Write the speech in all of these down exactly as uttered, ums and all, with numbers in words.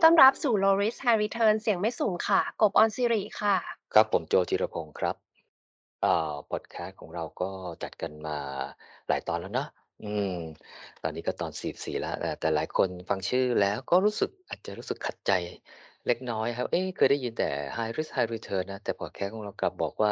ต้อนรับสู่ Low Risk High Return เสียงไม่สูงค่ะ กบ ออนสิริค่ะครับผมโจจิรพงศ์ครับอ่าพอดแคสต์ของเราก็จัดกันมาหลายตอนแล้วเนาะอืมตอนนี้ก็ตอนสี่สิบสี่แล้วแต่แต่หลายคนฟังชื่อแล้วก็รู้สึกอาจจะรู้สึกขัดใจเล็กน้อยครับเอ๊ะเคยได้ยินแต่ High Risk High Return นะแต่พอดแคสต์ของเรากลับบอกว่า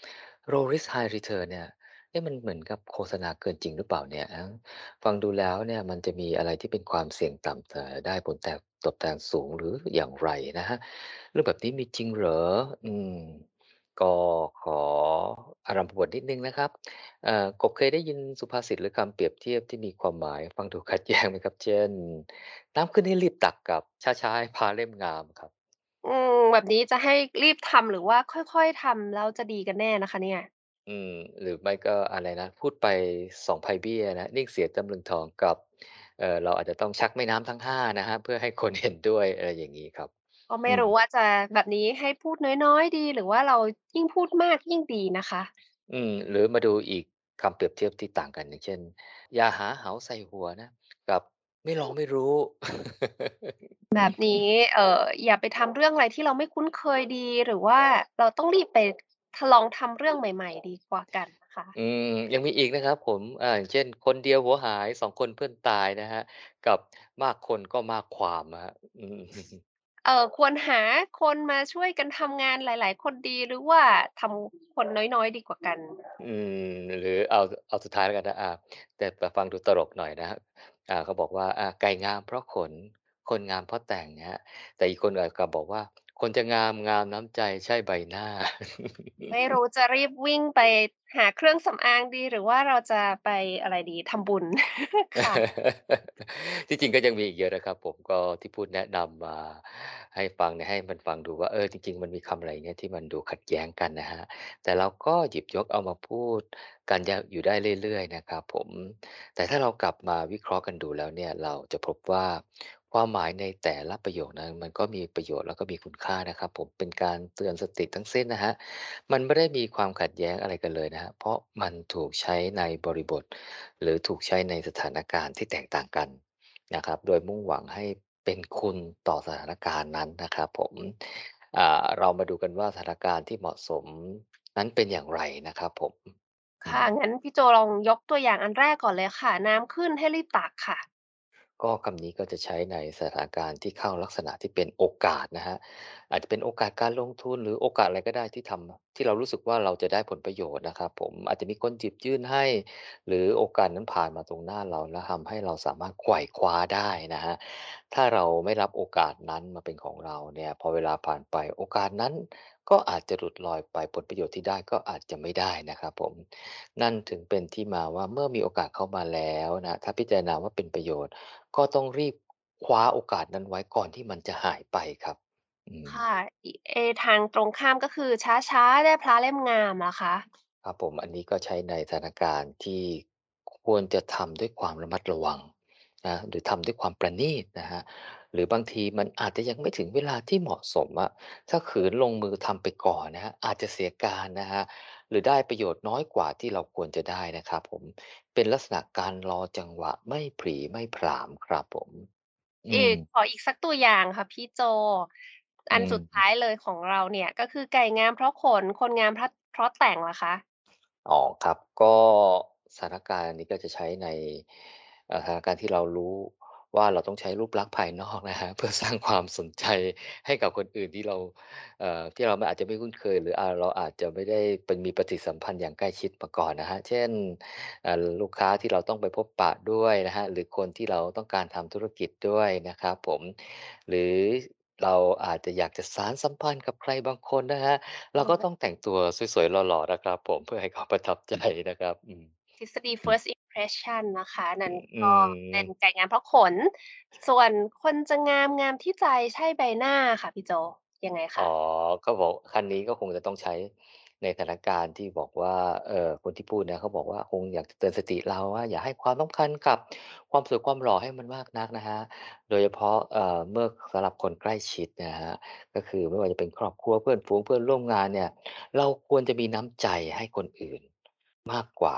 Low Risk High Return เนี่ยเอ๊ะมันเหมือนกับโฆษณาเกินจริงหรือเปล่าเนี่ยอาฟังดูแล้วเนี่ยมันจะมีอะไรที่เป็นความเสี่ยงต่ำแต่ได้ผลแตกตอบแทนสูงหรืออย่างไรนะครับเรื่องแบบนี้มีจริงเหรออืม ก็ขออารัมภบทนิดหนึ่งนะครับเอ่อกบเคยได้ยินสุภาษิตหรือคำเปรียบเทียบที่มีความหมายฟังดูขัดแย้งไหมครับเช่นน้ำขึ้นให้รีบตักกับช้าๆให้พาเล่มงามครับอืมแบบนี้จะให้รีบทำหรือว่าค่อยๆทำแล้วจะดีกันแน่นะคะเนี่ยอืมหรือไม่ก็อะไรนะพูดไปสองไพเบี้ยนะนิ่งเสียตำลึงทองกับเอ่อเราอาจจะต้องชักแม่น้ำทั้งห้านะครับเพื่อให้คนเห็นด้วยอะไรอย่างงี้ครับก็ไม่อืมรู้ว่าจะแบบนี้ให้พูดน้อยๆดีหรือว่าเรายิ่งพูดมากยิ่งดีนะคะอืมหรือมาดูอีกคำเปรียบเทียบที่ต่างกันอย่างเช่นอย่าหาเหาใส่หัวนะกับไม่ลองไม่รู้แบบนี้เอ่ออย่าไปทำเรื่องอะไรที่เราไม่คุ้นเคยดีหรือว่าเราต้องรีบไปทลองทำเรื่องใหม่ๆดีกว่ากันนะคะอืมยังมีอีกนะครับผมอ่าอย่างเช่นคนเดียวหัวหายสองคนเพื่อนตายนะครับกับมากคนก็มากความอะครับอืมเอ่อควรหาคนมาช่วยกันทำงานหลายๆคนดีหรือว่าทำคนน้อยๆดีกว่ากันอืมหรือเอาเอาสุดท้ายแล้วกันนะอ่าแต่แต่ฟังดูตลกหน่อยนะครับอ่าเขาบอกว่าอ่าไก่งามเพราะขนคนงามเพราะแต่งครับแต่อีกคนอ่ะกลับบอกว่าคนจะงามงามน้ำใจใช่ใบหน้าไม่รู้จะรีบวิ่งไปหาเครื่องสำอางดีหรือว่าเราจะไปอะไรดีทำบุญค่ะที่จริงก็ยังมีอีกเยอะนะครับผมก็ที่พูดแนะนำมาให้ฟังเนี่ยให้มันฟังดูว่าเออจริงๆมันมีคำอะไรเนี่ยที่มันดูขัดแย้งกันนะครับแต่เราก็หยิบยกเอามาพูดกันยอยู่ได้เรื่อยๆนะครับผมแต่ถ้าเรากลับมาวิเคราะห์กันดูแล้วเนี่ยเราจะพบว่าความหมายในแต่ละประโยคนั้นมันก็มีประโยชน์แล้วก็มีคุณค่านะครับผมเป็นการเตือนสติทั้งสิ้นนะครับ มันไม่ได้มีความขัดแย้งอะไรกันเลยนะครับเพราะมันถูกใช้ในบริบทหรือถูกใช้ในสถานการณ์ที่แตกต่างกันนะครับโดยมุ่งหวังให้เป็นคุณต่อสถานการณ์นั้นนะครับผมอ่าเรามาดูกันว่าสถานการณ์ที่เหมาะสมนั้นเป็นอย่างไรนะครับผมอืค่ะมงั้นพี่โจลองยกตัวอย่างอันแรกก่อนเลยค่ะน้ำขึ้นให้รีบตักค่ะก็คำนี้ก็จะใช้ในสถานการณ์ที่เข้าลักษณะที่เป็นโอกาสนะครับอาจจะเป็นโอกาสการลงทุนหรือโอกาสอะไรก็ได้ที่ทำที่เรารู้สึกว่าเราจะได้ผลประโยชน์นะครับผมอาจจะมีคนหยิบยื่นให้หรือโอกาสนั้นผ่านมาตรงหน้าเราแล้วทำให้เราสามารถไขว่คว้าได้นะครับถ้าเราไม่รับโอกาสนั้นมาเป็นของเราเนี่ยพอเวลาผ่านไปโอกาสนั้นก็อาจจะหลุดลอยไปผลประโยชน์ที่ได้ก็อาจจะไม่ได้นะครับผมนั่นถึงเป็นที่มาว่าเมื่อมีโอกาสเข้ามาแล้วนะถ้าพิจารณาว่าเป็นประโยชน์ ก็ต้องรีบคว้าโอกาสนั้นไว้ก่อนที่มันจะหายไปครับอืมค่ะอิเอทางตรงข้ามก็คือช้าๆได้พระเล่มงามเหรอคะครับผมอันนี้ก็ใช้ในสถานการณ์ที่ควรจะทำด้วยความระมัดระวังนะหรือทำด้วยความประณีตนะครับหรือบางทีมันอาจจะยังไม่ถึงเวลาที่เหมาะสมอะถ้าขืนลงมือทำไปก่อนนะครับอาจจะเสียการนะครับหรือได้ประโยชน์น้อยกว่าที่เราควรจะได้นะครับผมเป็นลักษณะการรอจังหวะไม่ผรี่ไม่ผลามครับผมอือีมกขออีกสักตัวอย่างค่ะพี่โจอือันสุดท้ายมเลยของเราเนี่ยก็คือไก่งามเพราะขนคนงามเพราะเพราะแต่งเหรอคะอ๋อครับก็สถานการณ์อันนี้ก็จะใช้ในเอ่อสถานการณ์ที่เรารู้ว่าเราต้องใช้รูปลักษณ์ภายนอกนะครับเพื่อสร้างความสนใจให้กับคนอื่นที่เราเอ่อที่เราไม่อาจจะไม่คุ้นเคยหรืออ่าเราอาจจะไม่ได้เป็นมีปฏิสัมพันธ์อย่างใกล้ชิดมาก่อนนะครับเช่นอ่าลูกค้าที่เราต้องไปพบปะด้วยนะครับหรือคนที่เราต้องการทำธุรกิจด้วยนะครับผมหรือเราอาจจะอยากจะสานสัมพันธ์กับใครบางคนนะครับ เราก็ต้องเออแต่งตัวสวยๆหล่อๆนะครับผมเพื่อให้เขาประทับใจนะครับอืมทฤษฎี เฟิร์สต์ อิมเพรสชัน นะคะนั่นอืก็เป็นมไก่งามเพราะขนส่วนคนจะงามงามที่ใจใช่ใบหน้าค่ะพี่โจยังไงอ๋อคะเขาบอกคันนี้ก็คงจะต้องใช้ในสถานการณ์ที่บอกว่าเอ่อคนที่พูดเนี่ยเขาบอกว่าคงอยากจะเตือนสติเราว่าอย่าให้ความสำคัญกับความสวยความหล่อให้มันมากนักนะครับโดยเฉพาะเอ่อเมื่อสำหรับคนใกล้ชิดนะครับก็คือไม่ว่าจะเป็นครอบครัวเพื่อนฝูงเพื่อนร่วมงานเนี่ยเราควรจะมีน้ำใจให้คนอื่นมากกว่า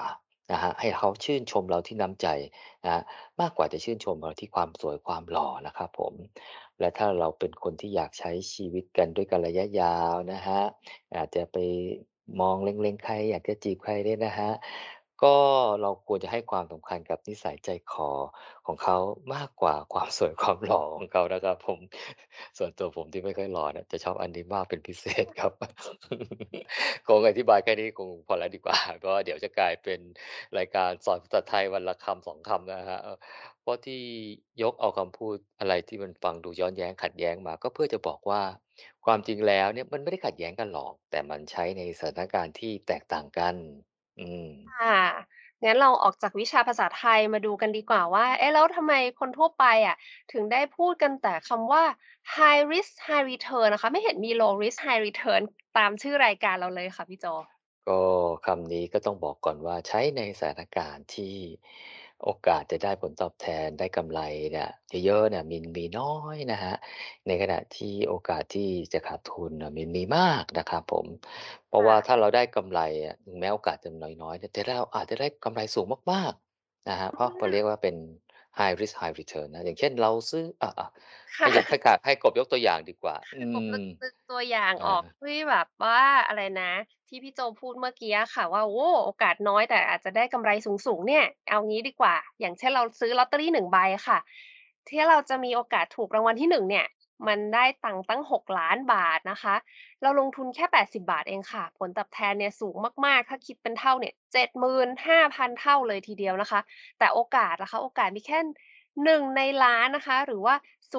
นะครับให้เขาชื่นชมเราที่น้ำใจนะครับมากกว่าจะชื่นชมเราที่ความสวยความหล่อนะครับผมและถ้าเราเป็นคนที่อยากใช้ชีวิตกันด้วยกันระยะยาวนะครับอาจจะไปมองเล็งๆใครอยากจะจีบใครเนี่ยนะครับก็เราควรจะให้ความสำคัญกับนิสัยใจคอของเขามากกว่าความสวยความหล่อของเขานะครับผมส่วนตัวผมที่ไม่ค่อยหล่อเนี่ยจะชอบอันนี้มากเป็นพิเศษครับคงอธิบายแค่นี้คงพอแล้วดีกว่าเพราะว่าเดี๋ยวจะกลายเป็นรายการสอนภาษาไทยวันละคำสองคำนะครับเออเพราะที่ยกเอาคำพูดอะไรที่มันฟังดูย้อนแย้งขัดแย้งมาก็เพื่อจะบอกว่าความจริงแล้วเนี่ยมันไม่ได้ขัดแย้งกันหรอกแต่มันใช้ในสถานการณ์ที่แตกต่างกันอืมค่ะงั้นเราออกจากวิชาภาษาไทยมาดูกันดีกว่าว่าเอ๊ะแล้วทำไมคนทั่วไปอะถึงได้พูดกันแต่คำว่า high risk high return นะคะไม่เห็นมี low risk high return ตามชื่อรายการเราเลยค่ะพี่โจก็คำนี้ก็ต้องบอกก่อนว่าใช้ในสถานการณ์ที่โอกาสจะได้ผลตอบแทนได้กำไรเนี่ยเยอะๆเนี่ยมีมีน้อยนะครับในขณะที่โอกาสที่จะขาดทุนน่ะมันมีมากนะครับผมเพราะว่าถ้าค่ะเราได้กำไรอะถึงแม้โอกาสจะน้อยๆเนี่ยแต่เราอาจจะได้กำไรสูงมากๆนะครับเพราะเขาเรียกว่าเป็น high risk high return นะอย่างเช่นเราซื้ออาๆให้ยกค่ะให้กะให้กบยกตัวอย่างดีกว่าอืผมมนึกนึกตัวอย่างออกอาที่แบบว่าอะไรนะที่พี่โจพูดเมื่อกี้อะค่ะว่าโอ้โอกาสน้อยแต่อาจจะได้กำไรสูงๆเนี่ยเอางี้ดีกว่าอย่างเช่นเราซื้อลอตเตอรี่หนึ่งใบอะค่ะที่เราจะมีโอกาสถูกรางวัลที่หนึ่งเนี่ยมันได้ตังค์ตั้งหกล้านบาทนะคะเราลงทุนแค่แปดสิบบบาทเองค่ะผลตอบแทนเนี่ยสูงมากๆถ้าคิดเป็นเท่าเนี่ยเจ็ดหมื่นห้าพันเท่าเลยทีเดียวนะคะแต่โอกาสล่ะคะโอกาสมีแค่หนึ่งในล้านนะคะหรือว่า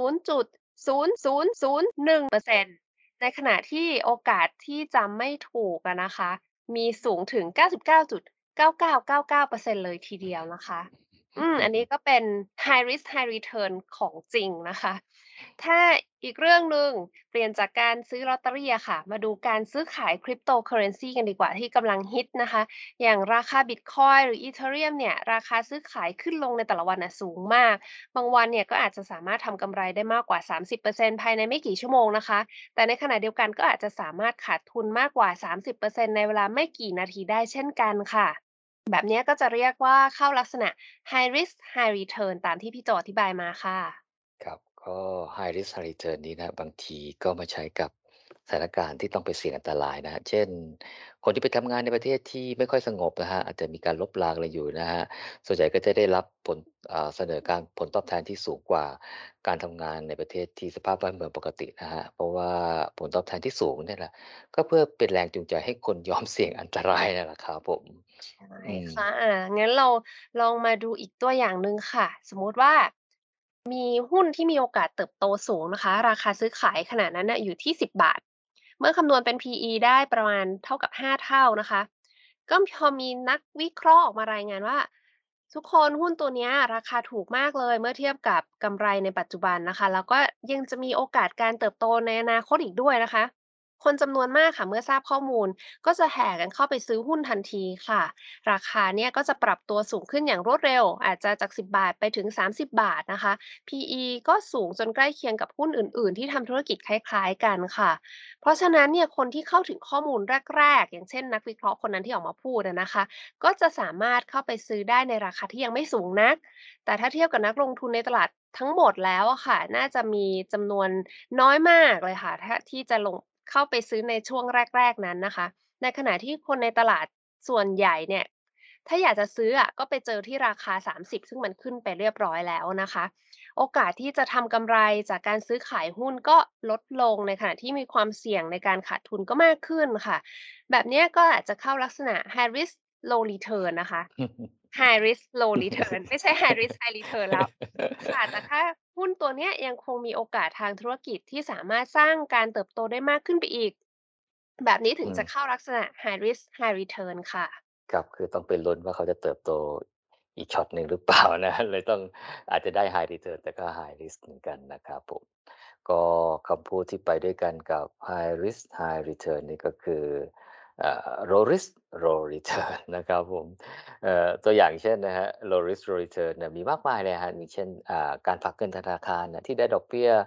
ศูนย์จุดศูนย์ศูนย์ศูนย์หนึ่งเปอร์เซ็นต์ในขณะที่โอกาสที่จะไม่ถูกอะนะคะมีสูงถึงเก้าสิบเก้าจุดเก้าเก้าเก้าเก้าเปอร์เซ็นต์เก้าเก้าเก้าเก้าเปอร์เซ็นต์เลยทีเดียวนะคะอืมอันนี้ก็เป็น high risk high return ของจริงนะคะถ้าอีกเรื่องหนึ่งเปลี่ยนจากการซื้อลอตเตอรี่อะค่ะมาดูการซื้อขาย Cryptocurrency กันดีกว่าที่กำลังฮิตนะคะอย่างราคาบิตคอยน์หรือ Ethereum เนี่ยราคาซื้อขายขึ้นลงในแต่ละวันน่ะสูงมาก บางวันเนี่ยก็อาจจะสามารถทำกำไรได้มากกว่าสามสิบเปอร์เซ็นต์ภายในไม่กี่ชั่วโมงนะคะ แต่ในขณะเดียวกันก็อาจจะสามารถขาดทุนมากกว่าสามสิบเปอร์เซ็นต์ในเวลาไม่กี่นาทีได้เช่นกันค่ะ แบบเนี้ยก็จะเรียกว่าเข้าลักษณะ high risk high return ตามที่พี่โจอธิบายมาค่ะครับก็ High Risk High Return นี้นะบางทีก็มาใช้กับสถานการณ์ที่ต้องไปเสี่ยงอันตรายนะครับเช่นคนที่ไปทำงานในประเทศที่ไม่ค่อยสงบนะครับอาจจะมีการลบราอะไรอยู่นะครับส่วนใหญ่ก็จะได้รับผลอ่าเสนอการผลตอบแทนที่สูงกว่าการทำงานในประเทศที่สภาพบ้านเมืองปกตินะครับเพราะว่าผลตอบแทนที่สูงเนี่ยแหละก็เพื่อเป็นแรงจูงใจให้คนยอมเสี่ยงอันตรายนั่นแหละครับผมใช่อืมค่ะอางั้นเราลองมาดูอีกตัวอย่างหนึ่งค่ะสมมุติว่า มีหุ้นที่มีโอกาสเติบโตสูงนะคะราคาซื้อขายขณะนั้นน่ะอยู่ที่สิบบาทเมื่อคำนวณเป็น พี อี ได้ประมาณเท่ากับห้าเท่านะคะก็พอมีนักวิเคราะห์ออกมารายงานว่าทุกคนหุ้นตัวเนี้ยราคาถูกมากเลยเมื่อเทียบกับกำไรในปัจจุบันนะคะแล้วก็ยังจะมีโอกาสการเติบโตในอนาคตอีกด้วยนะคะคนจำนวนมากค่ะเมื่อทราบข้อมูลก็จะแห่กันเข้าไปซื้อหุ้นทันทีค่ะ ราคาเนี่ยก็จะปรับตัวสูงขึ้นอย่างรวดเร็วอาจจะจากสิบบาทไปถึงสามสิบบบาทนะคะ พี อี ก็สูงจนใกล้เคียงกับหุ้นอื่นๆที่ทำธุรกิจคล้ายๆกันค่ะเพราะฉะนั้นเนี่ยคนที่เข้าถึงข้อมูลแรกๆอย่างเช่นนักวิเคราะห์คนนั้นที่ออกมาพูดอะนะคะก็จะสามารถเข้าไปซื้อได้ในราคาที่ยังไม่สูงนักแต่ถ้าเทียบกับนักลงทุนในตลาดทั้งหมดแล้วอะค่ะน่าจะมีจำนวนน้อยมากเลยค่ะถ้าที่จะลงเข้าไปซื้อในช่วงแรกๆนั้นนะคะ ในขณะที่คนในตลาดส่วนใหญ่เนี่ยถ้าอยากจะซื้ออะก็ไปเจอที่ราคาสามสิบซึ่งมันขึ้นไปเรียบร้อยแล้วนะคะโอกาสที่จะทำกำไรจากการซื้อขายหุ้นก็ลดลงในขณะที่มีความเสี่ยงในการขาดทุนก็มากขึ้นค่ะแบบเนี้ยก็อาจจะเข้าลักษณะ high risk low return นะคะ high risk low return ไม่ใช่ high risk high return แล้วค่ะแต่ถ้าหุ้นตัวเนี้ยยังคงมีโอกาสทางธุรกิจที่สามารถสร้างการเติบโตได้มากขึ้นไปอีก แบบนี้ถึงอืมจะเข้าลักษณะ high risk high return ค่ะครับคือต้องไปลุ้นว่าเขาจะเติบโตอีกช็อตหนึ่งหรือเปล่านะเลยต้องอาจจะได้ High Return แต่ก็ High Risk เหมือนกันนะครับผมก็คำพูดที่ไปด้วยกันกับ High Risk High Return นี่ก็คือเอ่อ Low Risk Low Return นะครับผมเอ่อตัวอย่างเช่นนะครับ Low Risk Low Return เนี่ยมีมากมายเลยครับอย่างเช่นอ่าการฝากเงินธนาคารน่ะที่ได้ดอกเบี้ย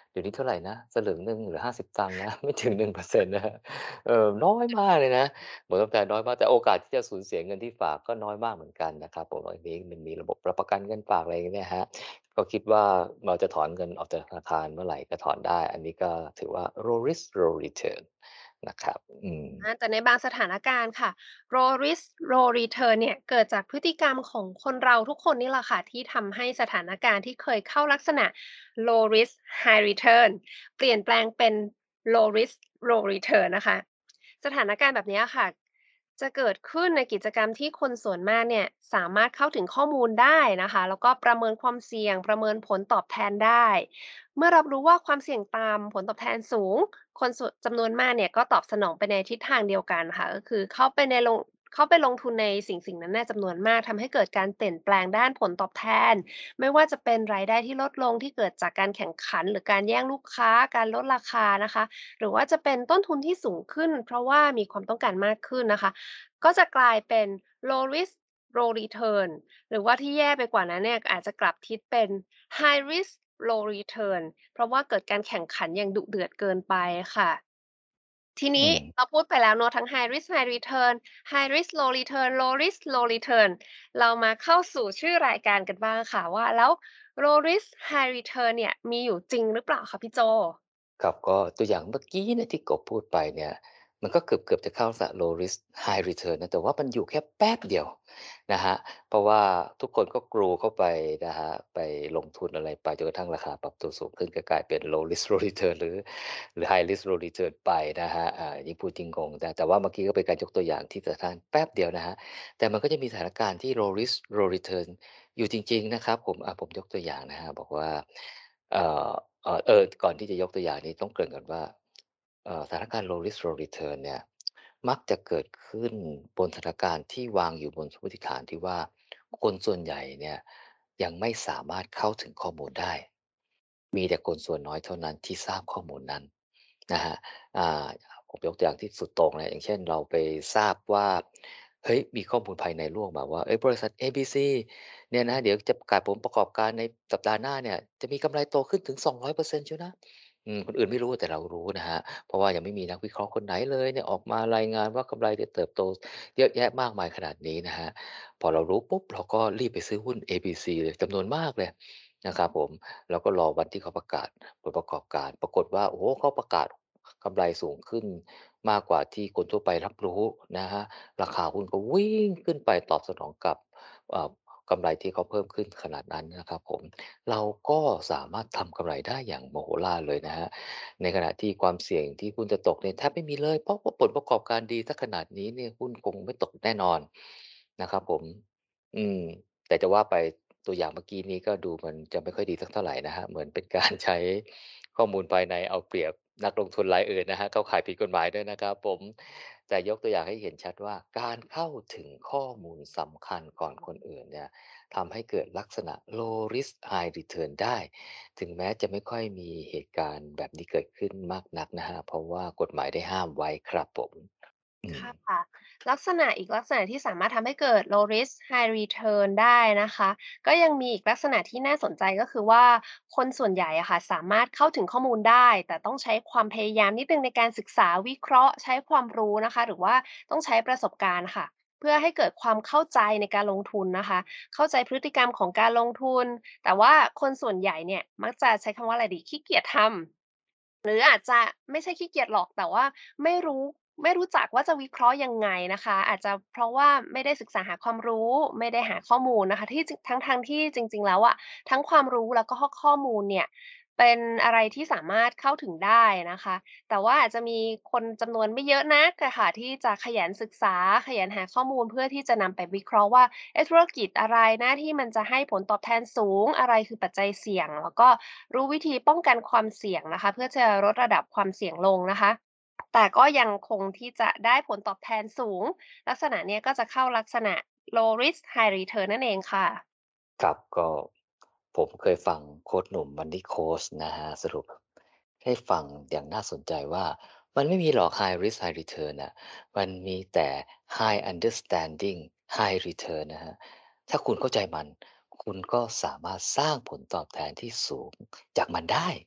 เดี๋ยวนี้เท่าไรนะสลึงหนึ่งเหลือห้าสิบตังค์นะไม่ถึงหนึ่งเปอร์เซ็นต์นะครับเออน้อยมากเลยนะผลตอบแทนน้อยมากแต่โอกาสที่จะสูญเสียเงินที่ฝากก็น้อยมากเหมือนกันนะครับผมอันนี้มันมีระบบรับประกันเงินฝากอะไรอย่างเงี้ยครับก็คิดว่าเราจะถอนเงินออกจากธนาคารเมื่อไหร่ก็ถอนได้อันนี้ก็ถือว่า low risk low return นะครับอืมอาแต่ในบางสถานการณ์ค่ะ low risk low return เนี่ยเกิดจากพฤติกรรมของคนเราทุกคนนี่แหละค่ะที่ทำให้สถานการณ์ที่เคยเข้าลักษณะ low risk high return เปลี่ยนแปลงเป็น low risk low return นะคะสถานการณ์แบบนี้ค่ะจะเกิดขึ้นในกิจกรรมที่คนส่วนมากเนี่ยสามารถเข้าถึงข้อมูลได้นะคะแล้วก็ประเมินความเสี่ยงประเมินผลตอบแทนได้ เมื่อรับรู้ว่าความเสี่ยงต่ำผลตอบแทนสูงคนส่วนจำนวนมากเนี่ยก็ตอบสนองไปในทิศทางเดียวกันค่ะก็คือเข้าไปในลงเข้าไปลงทุนในสิ่งสิ่งนั้นน่ะจำนวนมากทำให้เกิดการเปลี่ยนแปลงด้านผลตอบแทนไม่ว่าจะเป็นรายได้ที่ลดลงที่เกิดจากการแข่งขันหรือการแย่งลูกค้าการลดราคานะคะหรือว่าจะเป็นต้นทุนที่สูงขึ้นเพราะว่ามีความต้องการมากขึ้นนะคะก็จะกลายเป็น low risk low return หรือว่าที่แย่ไปกว่านั้นเนี่ยอาจจะกลับทิศเป็น high risk low return เพราะว่าเกิดการแข่งขันอย่างดุเดือดเกินไปค่ะทีนี้อืมเราพูดไปแล้วเนาะทั้ง high risk high return high risk low return low risk low return เรามาเข้าสู่ชื่อรายการกันบ้างค่ะว่าแล้ว low risk high return เนี่ยมีอยู่จริงหรือเปล่าคะพี่โจครับก็ตัวอย่างเมื่อกี้เนี่ยที่กบพูดไปเนี่ยมันก็เกือบๆจะเข้าลักษณะ low risk high return นะแต่ว่ามันอยู่แค่แป๊บเดียวนะครับเพราะว่าทุกคนก็กรูเข้าไปนะครับไปลงทุนอะไรไปจนกระทั่งราคาปรับตัวสูงขึ้นก็กลายเป็น low risk low return หรือหรือ high risk low return ไปนะครับอ่ายิ่งพูดยิ่งงงแต่แต่ว่าเมื่อกี้ก็เป็นการยกตัวอย่างที่สถานแป๊บเดียวนะครับแต่มันก็จะมีสถานการณ์ที่ low risk low return อยู่จริงๆนะครับผมอ่าผมยกตัวอย่างนะครับบอกว่าเอ่อ เอ่อเออก่อนที่จะยกตัวอย่างนี้ต้องเกริ่นก่อนว่าเอ่อสถานการณ์ low risk low return เนี่ยมักจะเกิดขึ้นบนสถานการณ์ที่วางอยู่บนสมมติฐานที่ว่าคนส่วนใหญ่เนี่ยยังไม่สามารถเข้าถึงข้อมูลได้มีแต่คนส่วนน้อยเท่านั้นที่ทราบข้อมูลนั้นนะครับอ่าผมยกตัวอย่างที่สุดโต่งเลยอย่างเช่นเราไปทราบว่าเฮ้ยมีข้อมูลภายในรั่วมาว่าเฮ้ยบริษัท เอ บี ซี เนี่ยนะเดี๋ยวจะประกาศผลประกอบการในสัปดาห์หน้าเนี่ยจะมีกำไรโตขึ้นถึงสองร้อยเปอร์เซ็นต์เชียวนะอืมคนอื่นไม่รู้แต่เรารู้นะครับเพราะว่ายังไม่มีนักวิเคราะห์คนไหนเลยเนี่ยออกมารายงานว่ากำไรจะเติบโตเยอะแยะมากมายขนาดนี้นะครับพอเรารู้ปุ๊บเราก็รีบไปซื้อหุ้น เอ บี ซี เลยจำนวนมากเลยนะครับผมแล้วก็รอวันที่เขาประกาศผลประกอบการปรากฏว่าโอ้โฮเขาประกาศกำไรสูงขึ้นมากกว่าที่คนทั่วไปรับรู้นะครับราคาหุ้นก็วิ่งขึ้นไปตอบสนองกับเอ่อกำไรที่เขาเพิ่มขึ้นขนาดนั้นนะครับผม เราก็สามารถทำกำไรได้อย่างมโหฬารเลยนะครับในขณะที่ความเสี่ยงที่หุ้นจะตกเนี่ยแทบไม่มีเลยเพราะว่าผลประกอบการดีเสียขนาดนี้เนี่ยหุ้นคงไม่ตกแน่นอนนะครับผมอืมแต่จะว่าไปตัวอย่างเมื่อกี้นี้ก็ดูมันจะไม่ค่อยดีสักเท่าไรนะครับเหมือนเป็นการใช้ข้อมูลภายในเอาเปรียบนักลงทุนรายอื่นนะครับเข้าข่ายผิดกฎหมายด้วยนะครับผมแต่ยกตัวอย่างให้เห็นชัดว่าการเข้าถึงข้อมูลสำคัญก่อนคนอื่นเนี่ย ทำให้เกิดลักษณะ low risk high return ได้ ถึงแม้จะไม่ค่อยมีเหตุการณ์แบบนี้เกิดขึ้นมากนักนะครับเพราะว่ากฎหมายได้ห้ามไว้ครับผมอืมค่ะลักษณะอีกลักษณะที่สามารถทำให้เกิด low risk high return ได้นะคะก็ยังมีอีกลักษณะที่น่าสนใจก็คือว่าคนส่วนใหญ่อะค่ะสามารถเข้าถึงข้อมูลได้แต่ต้องใช้ความพยายามนิดหนึ่งในการศึกษาวิเคราะห์ใช้ความรู้นะคะหรือว่าต้องใช้ประสบการณ์ค่ะเพื่อให้เกิดความเข้าใจในการลงทุนนะคะเข้าใจพฤติกรรมของการลงทุนแต่ว่าคนส่วนใหญ่เนี่ยมักจะใช้คำว่าอะไรดีขี้เกียจทำ หรืออาจจะไม่ใช่ขี้เกียจหรอกแต่ว่าไม่รู้ไม่รู้จักว่าจะวิเคราะห์ยังไงนะคะอาจจะเพราะว่าไม่ได้ศึกษาหาความรู้ไม่ได้หาข้อมูลนะคะที่จริงทั้งๆที่จริงๆแล้วอะทั้งความรู้แล้วก็ข้อข้อมูลเนี่ยเป็นอะไรที่สามารถเข้าถึงได้นะคะแต่ว่าอาจจะมีคนจำนวนไม่เยอะนักอะค่ะที่จะขยันศึกษาขยันหาข้อมูลเพื่อที่จะนำไปวิเคราะห์ว่า เอ๊ะธุรกิจอะไรนะที่มันจะให้ผลตอบแทนสูงอะไรคือปัจจัยเสี่ยงแล้วก็รู้วิธีป้องกันความเสี่ยงนะคะเพื่อจะลดระดับความเสี่ยงลงนะคะแต่ก็ยังคงที่จะได้ผลตอบแทนสูงลักษณะเนี้ยก็จะเข้าลักษณะ low risk high return นั่นเองค่ะครับก็ผมเคยฟังโค้ชหนุ่ม Money Coach นะครับสรุปให้ฟังอย่างน่าสนใจว่ามันไม่มีหรอก high risk high return น่ะมันมีแต่ high understanding high return นะครับถ้าคุณเข้าใจมันคุณก็สามารถสร้างผลตอบแทนที่สูงจากมันได้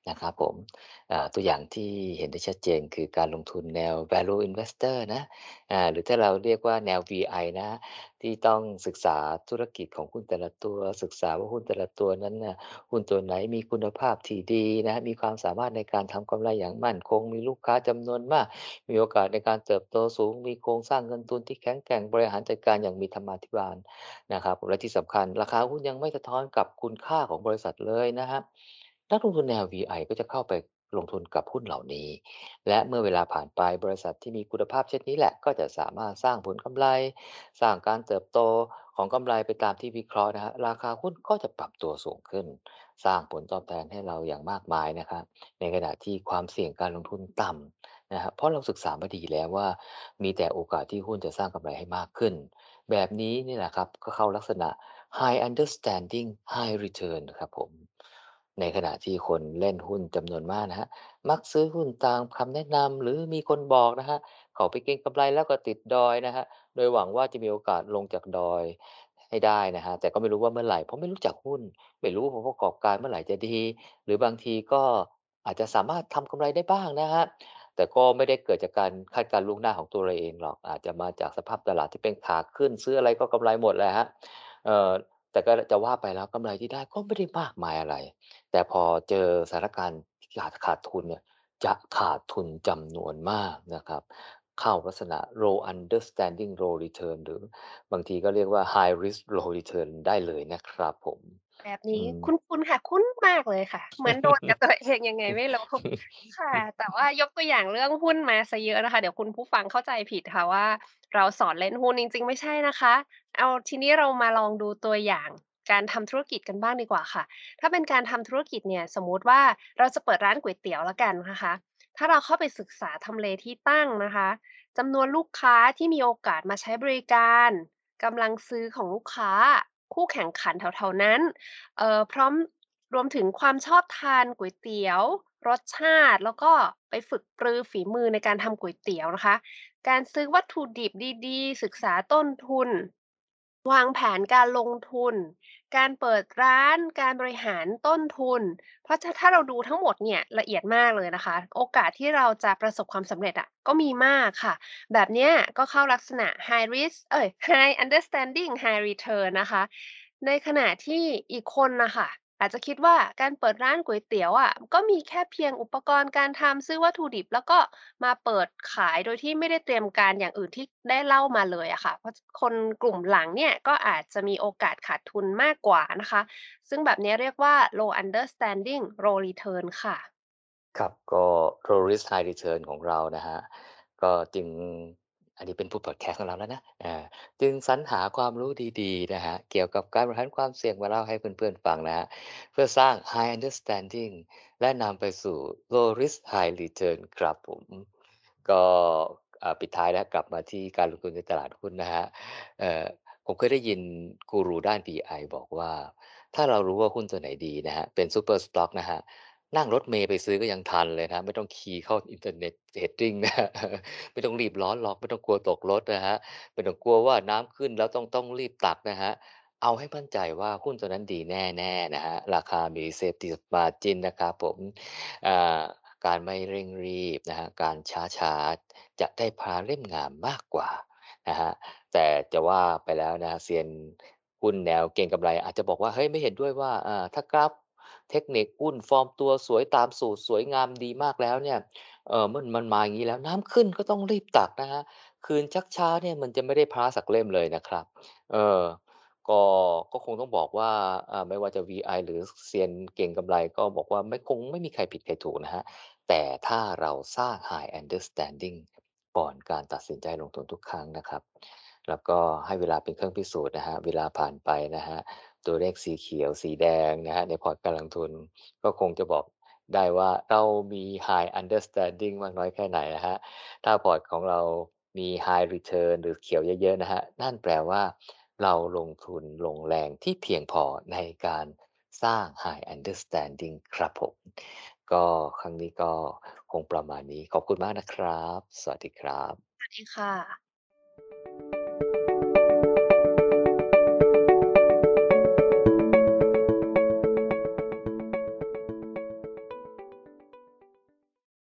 นะครับผมอ่าตัวอย่างที่เห็นได้ชัดเจนคือการลงทุนแนว Value Investor นะอ่าหรือถ้าเราเรียกว่าแนว วี ไอ นะที่ต้องศึกษาธุรกิจของหุ้นแต่ละตัวศึกษาว่าหุ้นแต่ละตัวนั้นน่ะหุ้นตัวไหนมีคุณภาพที่ดีนะมีความสามารถในการทำกำไรอย่างมั่นคงมีลูกค้าจำนวนมากมีโอกาสในการเติบโตสูงมีโครงสร้างเงินทุนที่แข็งแกร่งบริหารจัดการอย่างมีธรรมาภิบาลนะครับและที่สำคัญราคาหุ้นยังไม่สะท้อนกับคุณค่าของบริษัทเลยนะครับ นักลงทุนแนว วี ไอ ก็จะเข้าไปลงทุนกับหุ้นเหล่านี้ และเมื่อเวลาผ่านไปบริษัทที่มีคุณภาพเช่นนี้แหละก็จะสามารถสร้างผลกำไรสร้างการเติบโตของกำไรไปตามที่วิเคราะห์นะฮะราคาหุ้นก็จะปรับตัวสูงขึ้นสร้างผลตอบแทนให้เราอย่างมากมายนะครับในขณะที่ความเสี่ยงการลงทุนต่ำนะครับเพราะเราศึกษามาดีแล้วว่ามีแต่โอกาสที่หุ้นจะสร้างกำไรให้มากขึ้นแบบนี้นี่แหละครับก็เข้าลักษณะ High Understanding High Return นะครับผม ในขณะที่คนเล่นหุ้นจำนวนมากนะฮะมักซื้อหุ้นตามคำแนะนำหรือมีคนบอกนะฮะเขาไปเก็งกำไรแล้วก็ติดดอยนะฮะโดยหวังว่าจะมีโอกาสลงจากดอยให้ได้นะฮะแต่ก็ไม่รู้ว่าเมื่อไหร่เพราะไม่รู้จักหุ้นไม่รู้ว่าผลประกอบการเมื่อไหร่จะดีหรือบางทีก็อาจจะสามารถทำกำไรได้บ้างนะฮะแต่ก็ไม่ได้เกิดจากการคาดการณ์ล่วงหน้าของตัวเราเองหรอกอาจจะมาจากสภาพตลาดที่เป็นขาขึ้นซื้ออะไรก็กำไรหมดแหละฮะเอ่อแต่ก็จะว่าไปแล้วกำไรที่ได้ก็ไม่ได้มากมายอะไร แต่พอเจอสถานการณ์ขาดขาดทุนเนี่ยจะขาดทุนจำนวนมากนะครับเข้าลักษณะ low understanding low return หรือบางทีก็เรียกว่า high risk low return ได้เลยนะครับผมแบบนี้อืมคุ้นๆค่ะคุ้นมากเลยค่ะเหมือนโดนกับตัวเองยังไงไม่รู้ค่ะแต่ว่ายกตัวอย่างเรื่องหุ้นมาเสียเยอะนะคะเดี๋ยวคุณผู้ฟังเข้าใจผิดค่ะว่าเราสอนเล่นหุ้นจริงๆไม่ใช่นะคะเอาทีนี้เรามาลองดูตัวอย่างการทำธุรกิจกันบ้างดีกว่าค่ะถ้าเป็นการทำธุรกิจเนี่ยสมมุติว่าเราจะเปิดร้านก๋วยเตี๋ยวแล้วกันนะคะถ้าเราเข้าไปศึกษาทำเลที่ตั้งนะคะจำนวนลูกค้าที่มีโอกาสมาใช้บริการกำลังซื้อของลูกค้าคู่แข่งขันแถวๆนั้น เอ่อพร้อมรวมถึงความชอบทานก๋วยเตี๋ยวรสชาติแล้วก็ไปฝึกปรือฝีมือในการทำก๋วยเตี๋ยวนะคะการซื้อวัตถุดิบดีๆศึกษาต้นทุนวางแผนการลงทุนการเปิดร้านการบริหารต้นทุนเพราะถ้าถ้าเราดูทั้งหมดเนี่ยละเอียดมากเลยนะคะโอกาสที่เราจะประสบความสำเร็จอะก็มีมากค่ะแบบเนี้ยก็เข้าลักษณะ high risk เอ้ย high understanding high return นะคะ ในขณะที่อีกคนน่ะค่ะอาจจะคิดว่าการเปิดร้านก๋วยเตี๋ยวอะก็มีแค่เพียงอุปกรณ์การทำซื้อวัตถุดิบแล้วก็มาเปิดขายโดยที่ไม่ได้เตรียมการอย่างอื่นที่ได้เล่ามาเลยอะค่ะเพราะชคนกลุ่มหลังเนี่ยก็อาจจะมีโอกาสขาดทุนมากกว่านะคะซึ่งแบบนี้เรียกว่า low understanding low return ค่ะครับก็ Low Risk High Return ของเรานะฮะก็จึงอันนี้เป็นพูดพอดแคสต์ของเราแล้วนะอาจึงสรรหาความรู้ดีๆนะครับเกี่ยวกับการบริหารความเสี่ยงมาเล่าให้เพื่อนๆฟังนะครับเพื่อสร้าง High Understanding และนำไปสู่ Low Risk High Return ครับผมก็อ่าปิดท้ายแล้วกลับมาที่การลงทุนในตลาดหุ้นนะครับเอ่อผมเคยได้ยินกูรูด้าน พี ไอ บอกว่าถ้าเรารู้ว่าหุ้นตัวไหนดีนะครับเป็น Super Stock นะครับ นั่งรถเมล์ไปซื้อก็ยังทันเลยนะครับไม่ต้องคีย์เข้าอินเทอร์เน็ตเทรดดิงนะครับไม่ต้องรีบร้อนหรอกไม่ต้องกลัวตกรถนะครับไม่ต้องกลัวว่าน้ำขึ้นแล้วต้องต้องรีบตักนะครับเอาให้มั่นใจว่าหุ้นตัวนั้นดีแน่ๆนะครับราคามี Safety Margin นะครับผมอ่าการไม่เร่งรีบนะครับการช้าๆจะได้พาเล่มงามมากกว่านะครับแต่จะว่าไปแล้วนะครับเซียนหุ้นแนวเก็งกำไรอาจจะบอกว่าเฮ้ยไม่เห็นด้วยว่าอ่าถ้ากราฟ เทคนิคหุ้นฟอร์มตัวสวยตามสูตรสวยงามดีมากแล้วเนี่ยเอ่อมันมันมาอย่างงี้แล้วน้ำขึ้นก็ต้องรีบตักนะครับคืนชักช้าเนี่ยมันจะไม่ได้พระสักเล่มเลยนะครับเออก็ก็คงต้องบอกว่าอ่าไม่ว่าจะ วี ไอ หรือเซียนเก็งกำไรก็บอกว่าไม่คงไม่มีใครผิดใครถูกนะครับแต่ถ้าเราสร้าง High Understanding ก่อนการตัดสินใจลงทุนทุกครั้งนะครับแล้วก็ให้เวลาเป็นเครื่องพิสูจน์นะครับเวลาผ่านไปนะครับ ตัวเลขสีเขียวสีแดงนะครับในพอร์ตการลงทุนก็คงจะบอกได้ว่าเรามี High Understanding มากน้อยแค่ไหนนะครับถ้าพอร์ตของเรามี High Return หรือเขียวเยอะๆนะครับนั่นแปลว่าเราลงทุนลงแรงที่เพียงพอในการสร้าง High Understanding ครับผมก็ครั้งนี้ก็คงประมาณนี้ขอบคุณมากนะครับสวัสดีครับสวัสดีค่ะ